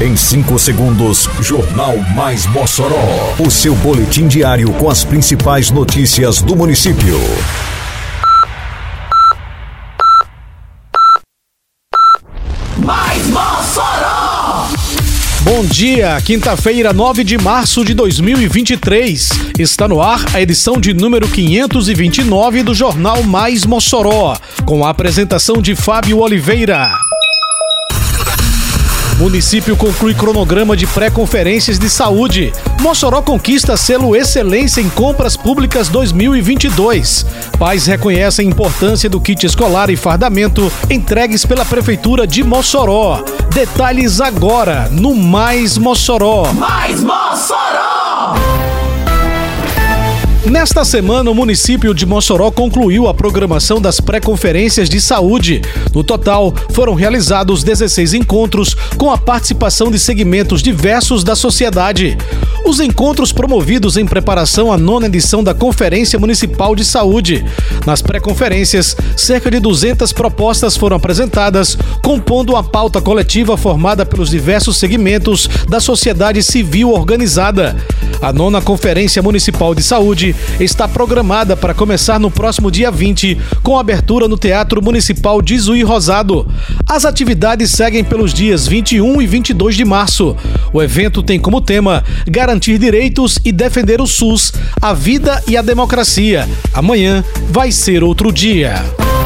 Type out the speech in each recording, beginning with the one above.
Em 5 segundos, Jornal Mais Mossoró. O seu boletim diário com as principais notícias do município. Mais Mossoró! Bom dia, quinta-feira, 9 de março de 2023. Está no ar a edição de número 529 do Jornal Mais Mossoró, com a apresentação de Fábio Oliveira. Município conclui cronograma de pré-conferências de saúde. Mossoró conquista selo Excelência em Compras Públicas 2022. Pais reconhecem a importância do kit escolar e fardamento entregues pela Prefeitura de Mossoró. Detalhes agora no Mais Mossoró. Mais Mossoró! Nesta semana, o município de Mossoró concluiu a programação das pré-conferências de saúde. No total, foram realizados 16 encontros com a participação de segmentos diversos da sociedade. Os encontros promovidos em preparação à 9ª edição da Conferência Municipal de Saúde. Nas pré-conferências, cerca de 200 propostas foram apresentadas, compondo uma pauta coletiva formada pelos diversos segmentos da sociedade civil organizada. A 9ª Conferência Municipal de Saúde está programada para começar no próximo dia 20, com abertura no Teatro Municipal de Juiz Rosado. As atividades seguem pelos dias 21 e 22 de março. O evento tem como tema garantir direitos e defender o SUS, a vida e a democracia. Amanhã vai ser outro dia.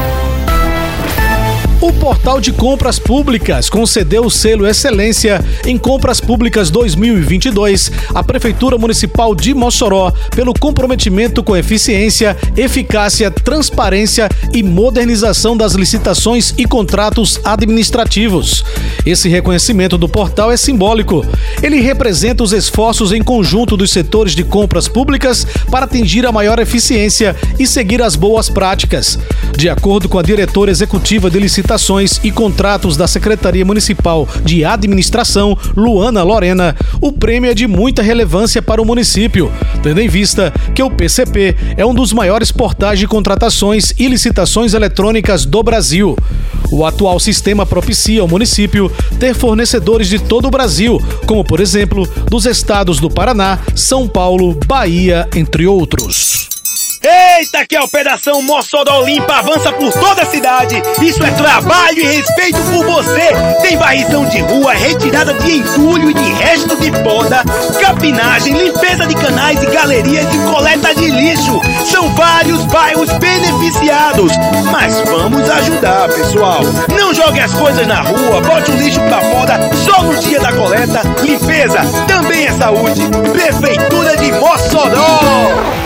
O Portal de Compras Públicas concedeu o selo Excelência em Compras Públicas 2022 à Prefeitura Municipal de Mossoró pelo comprometimento com eficiência, eficácia, transparência e modernização das licitações e contratos administrativos. Esse reconhecimento do portal é simbólico. Ele representa os esforços em conjunto dos setores de compras públicas para atingir a maior eficiência e seguir as boas práticas. De acordo com a diretora executiva de licitações e contratos da Secretaria Municipal de Administração, Luana Lorena, o prêmio é de muita relevância para o município, tendo em vista que o PCP é um dos maiores portais de contratações e licitações eletrônicas do Brasil. O atual sistema propicia ao município ter fornecedores de todo o Brasil, como por exemplo, dos estados do Paraná, São Paulo, Bahia, entre outros. Eita, que a Operação Mossoró Limpa avança por toda a cidade. Isso é trabalho e respeito por você. Tem varrição de rua, retirada de entulho e de resto de poda, capinagem, limpeza de canais e galerias e coleta de lixo. São vários bairros beneficiados. Mas vamos ajudar, pessoal. Não jogue as coisas na rua, bote o lixo pra fora só no dia da coleta. Limpeza também é saúde. Prefeitura de Mossoró.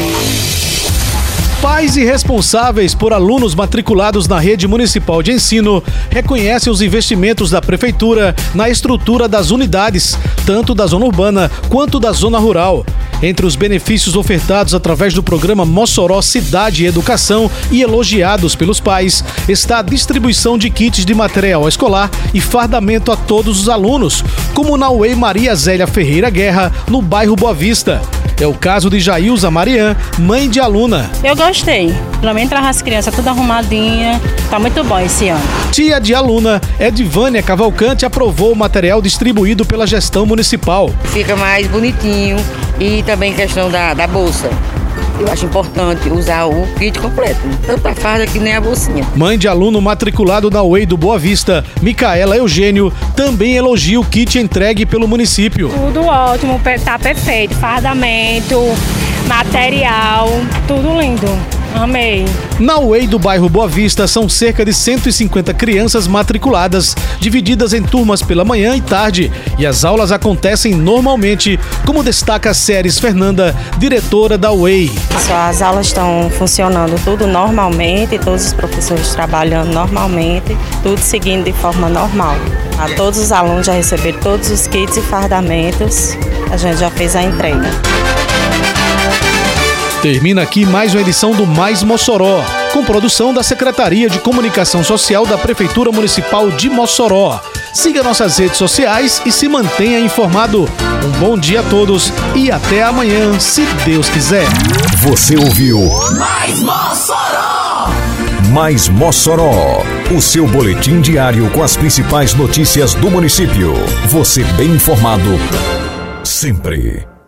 Pais e responsáveis por alunos matriculados na rede municipal de ensino reconhecem os investimentos da Prefeitura na estrutura das unidades, tanto da zona urbana quanto da zona rural. Entre os benefícios ofertados através do programa Mossoró Cidade e Educação e elogiados pelos pais, está a distribuição de kits de material escolar e fardamento a todos os alunos, como na UEI Maria Zélia Ferreira Guerra, no bairro Boa Vista. É o caso de Jailza Marian, mãe de aluna. Eu gostei. Pelo menos traz as crianças tudo arrumadinha. Tá muito bom esse ano. Tia de aluna, Edvânia Cavalcante, aprovou o material distribuído pela gestão municipal. Fica mais bonitinho e também questão da bolsa. Eu acho importante usar o kit completo, tanto a farda que nem a bolsinha. Mãe de aluno matriculado na UEI do Boa Vista, Micaela Eugênio, também elogia o kit entregue pelo município. Tudo ótimo, tá perfeito, fardamento, material, tudo lindo. Amei. Na UEI do bairro Boa Vista são cerca de 150 crianças matriculadas, divididas em turmas pela manhã e tarde, e as aulas acontecem normalmente, como destaca Ceres Fernanda, diretora da UEI. As aulas estão funcionando tudo normalmente, todos os professores trabalhando normalmente, tudo seguindo de forma normal. A todos os alunos já receberam todos os kits e fardamentos, a gente já fez a entrega. Termina aqui mais uma edição do Mais Mossoró, com produção da Secretaria de Comunicação Social da Prefeitura Municipal de Mossoró. Siga nossas redes sociais e se mantenha informado. Um bom dia a todos e até amanhã, se Deus quiser. Você ouviu Mais Mossoró! Mais Mossoró, o seu boletim diário com as principais notícias do município. Você bem informado sempre.